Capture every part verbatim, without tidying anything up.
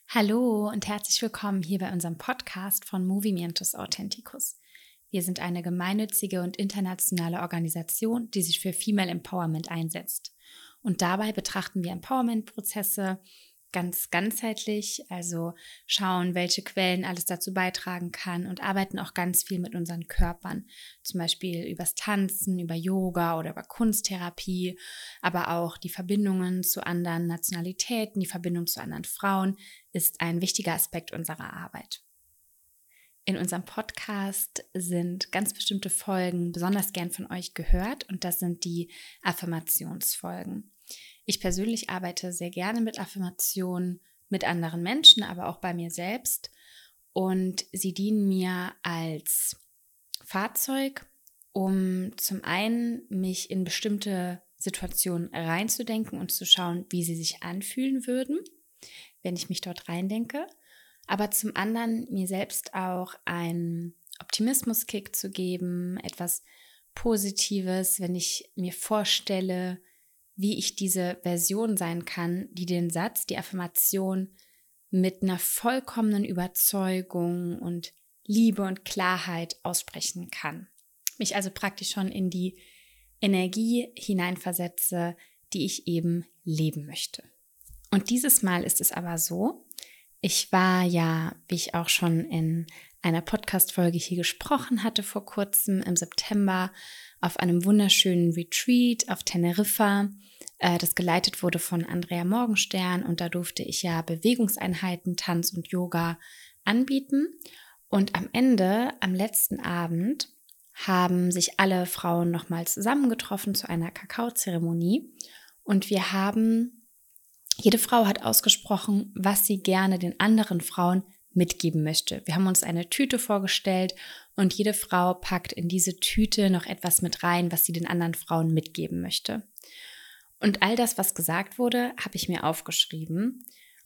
Hallo und herzlich willkommen hier bei unserem Podcast von Movimientos Authenticus. Wir sind eine gemeinnützige und internationale Organisation, die sich für Female Empowerment einsetzt. Und dabei betrachten wir Empowerment-Prozesse ganz ganzheitlich, also schauen, welche Quellen alles dazu beitragen kann und arbeiten auch ganz viel mit unseren Körpern, zum Beispiel übers Tanzen, über Yoga oder über Kunsttherapie, aber auch die Verbindungen zu anderen Nationalitäten, die Verbindung zu anderen Frauen ist ein wichtiger Aspekt unserer Arbeit. In unserem Podcast sind ganz bestimmte Folgen besonders gern von euch gehört und das sind die Affirmationsfolgen. Ich persönlich arbeite sehr gerne mit Affirmationen mit anderen Menschen, aber auch bei mir selbst und sie dienen mir als Fahrzeug, um zum einen mich in bestimmte Situationen reinzudenken und zu schauen, wie sie sich anfühlen würden, wenn ich mich dort reindenke, aber zum anderen mir selbst auch einen Optimismuskick zu geben, etwas Positives, wenn ich mir vorstelle, wie ich diese Version sein kann, die den Satz, die Affirmation mit einer vollkommenen Überzeugung und Liebe und Klarheit aussprechen kann. Mich also praktisch schon in die Energie hineinversetze, die ich eben leben möchte. Und dieses Mal ist es aber so, ich war ja, wie ich auch schon in einer Podcast-Folge hier gesprochen hatte vor kurzem im September, auf einem wunderschönen Retreat auf Teneriffa, äh, das geleitet wurde von Andrea Morgenstern und da durfte ich ja Bewegungseinheiten, Tanz und Yoga anbieten. Und am Ende, am letzten Abend, haben sich alle Frauen nochmal zusammengetroffen zu einer Kakaozeremonie und wir haben Jede Frau hat ausgesprochen, was sie gerne den anderen Frauen mitgeben möchte. Wir haben uns eine Tüte vorgestellt und jede Frau packt in diese Tüte noch etwas mit rein, was sie den anderen Frauen mitgeben möchte. Und all das, was gesagt wurde, habe ich mir aufgeschrieben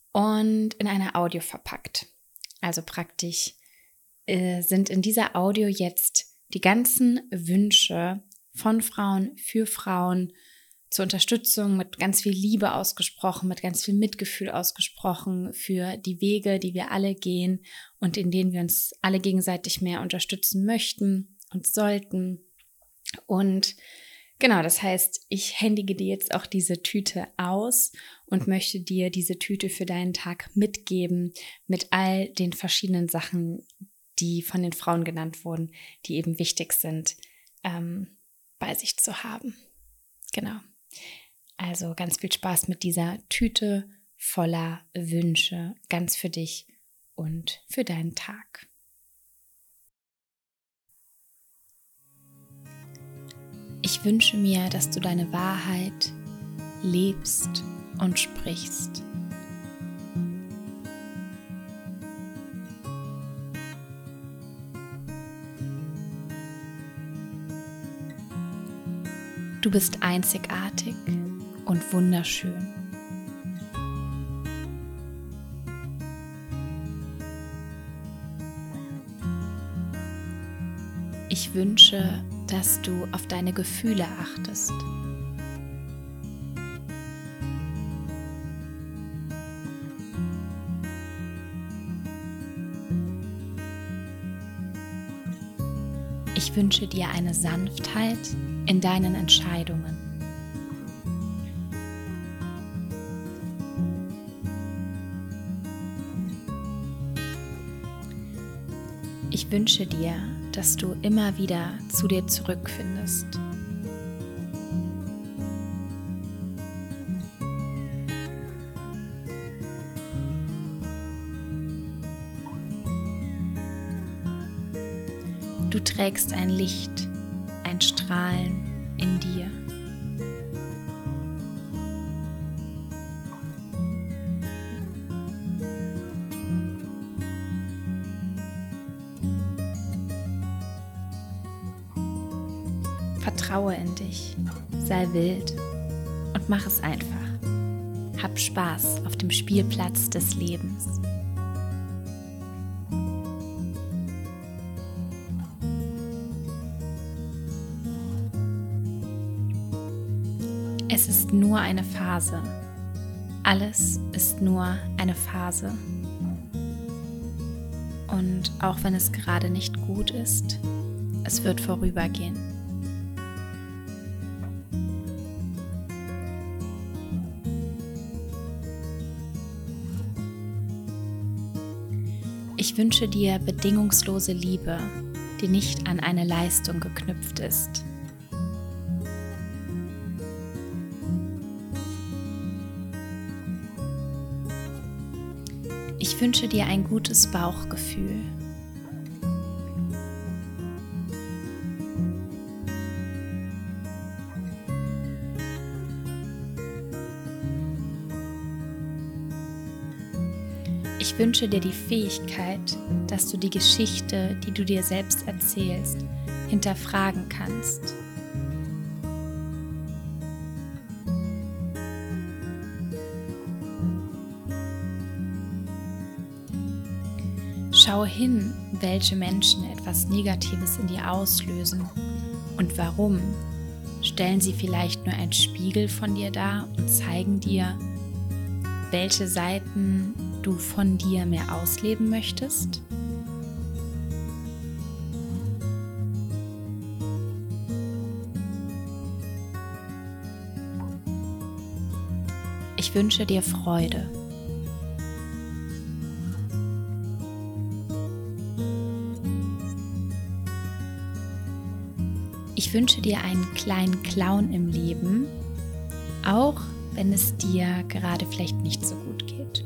und in eine Audio verpackt. Also praktisch äh, sind in dieser Audio jetzt die ganzen Wünsche von Frauen für Frauen zur Unterstützung mit ganz viel Liebe ausgesprochen, mit ganz viel Mitgefühl ausgesprochen für die Wege, die wir alle gehen und in denen wir uns alle gegenseitig mehr unterstützen möchten und sollten. Und genau, das heißt, ich händige dir jetzt auch diese Tüte aus und möchte dir diese Tüte für deinen Tag mitgeben mit all den verschiedenen Sachen, die von den Frauen genannt wurden, die eben wichtig sind, ähm, bei sich zu haben. Genau. Also ganz viel Spaß mit dieser Tüte voller Wünsche, ganz für dich und für deinen Tag. Ich wünsche mir, dass du deine Wahrheit lebst und sprichst. Du bist einzigartig und wunderschön. Ich wünsche, dass du auf deine Gefühle achtest. Ich wünsche dir eine Sanftheit in deinen Entscheidungen. Ich wünsche dir, dass du immer wieder zu dir zurückfindest. Du trägst ein Licht, ein Strahlen in dir. Vertraue in dich, sei wild und mach es einfach. Hab Spaß auf dem Spielplatz des Lebens. Es ist nur eine Phase. Alles ist nur eine Phase. Und auch wenn es gerade nicht gut ist, es wird vorübergehen. Ich wünsche dir bedingungslose Liebe, die nicht an eine Leistung geknüpft ist. Ich wünsche dir ein gutes Bauchgefühl. Ich wünsche dir die Fähigkeit, dass du die Geschichte, die du dir selbst erzählst, hinterfragen kannst. Schau hin, welche Menschen etwas Negatives in dir auslösen und warum. Stellen sie vielleicht nur einen Spiegel von dir dar und zeigen dir, welche Seiten du von dir mehr ausleben möchtest? Ich wünsche dir Freude. Ich wünsche dir einen kleinen Clown im Leben, auch wenn es dir gerade vielleicht nicht so gut geht.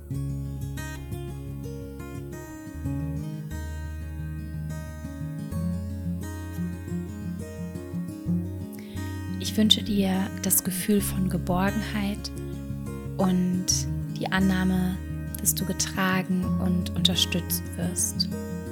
Ich wünsche dir das Gefühl von Geborgenheit und die Annahme, dass du getragen und unterstützt wirst.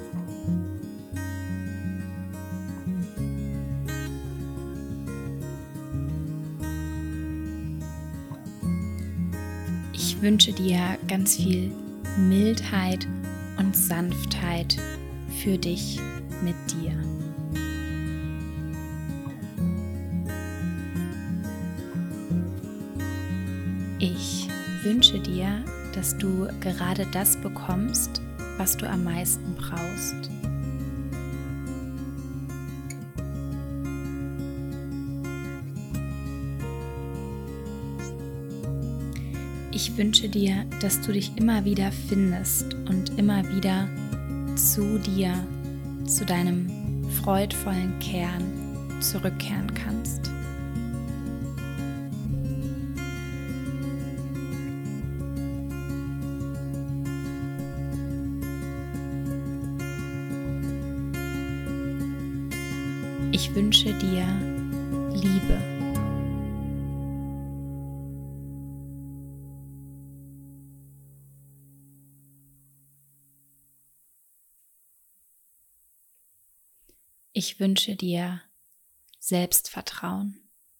Ich wünsche dir ganz viel Mildheit und Sanftheit für dich mit dir. Ich wünsche dir, dass du gerade das bekommst, was du am meisten brauchst. Ich wünsche dir, dass du dich immer wieder findest und immer wieder zu dir, zu deinem freudvollen Kern zurückkehren kannst. Ich wünsche dir Liebe. Ich wünsche dir Selbstvertrauen.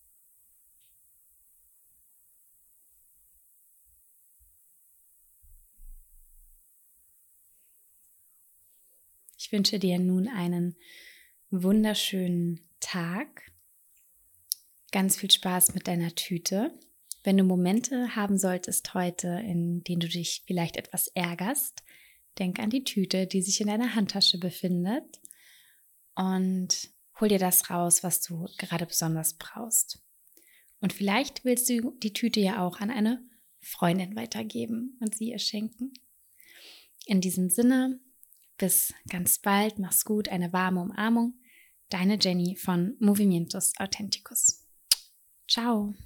Ich wünsche dir nun einen wunderschönen Tag. Ganz viel Spaß mit deiner Tüte. Wenn du Momente haben solltest heute, in denen du dich vielleicht etwas ärgerst, denk an die Tüte, die sich in deiner Handtasche befindet. Und hol dir das raus, was du gerade besonders brauchst. Und vielleicht willst du die Tüte ja auch an eine Freundin weitergeben und sie ihr schenken. In diesem Sinne, bis ganz bald, mach's gut, eine warme Umarmung. Deine Jenny von Movimientos Authenticus. Ciao.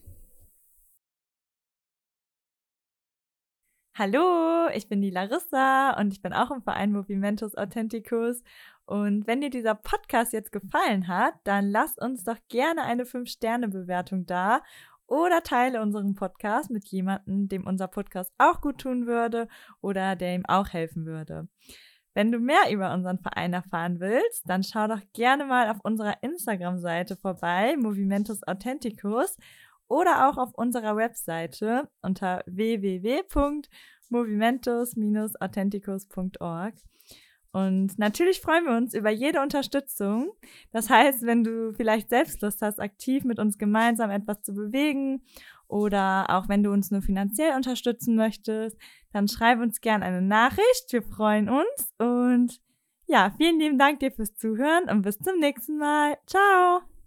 Hallo, ich bin die Larissa und ich bin auch im Verein Movimientos Authenticus. Und wenn dir dieser Podcast jetzt gefallen hat, dann lass uns doch gerne eine fünf Sterne Bewertung da oder teile unseren Podcast mit jemandem, dem unser Podcast auch gut tun würde oder der ihm auch helfen würde. Wenn du mehr über unseren Verein erfahren willst, dann schau doch gerne mal auf unserer Instagram-Seite vorbei, Movimientos Authenticus, oder auch auf unserer Webseite unter w w w punkt movimentos dash authenticus punkt org. Und natürlich freuen wir uns über jede Unterstützung. Das heißt, wenn du vielleicht selbst Lust hast, aktiv mit uns gemeinsam etwas zu bewegen oder auch wenn du uns nur finanziell unterstützen möchtest, dann schreib uns gerne eine Nachricht. Wir freuen uns und ja, vielen lieben Dank dir fürs Zuhören und bis zum nächsten Mal. Ciao!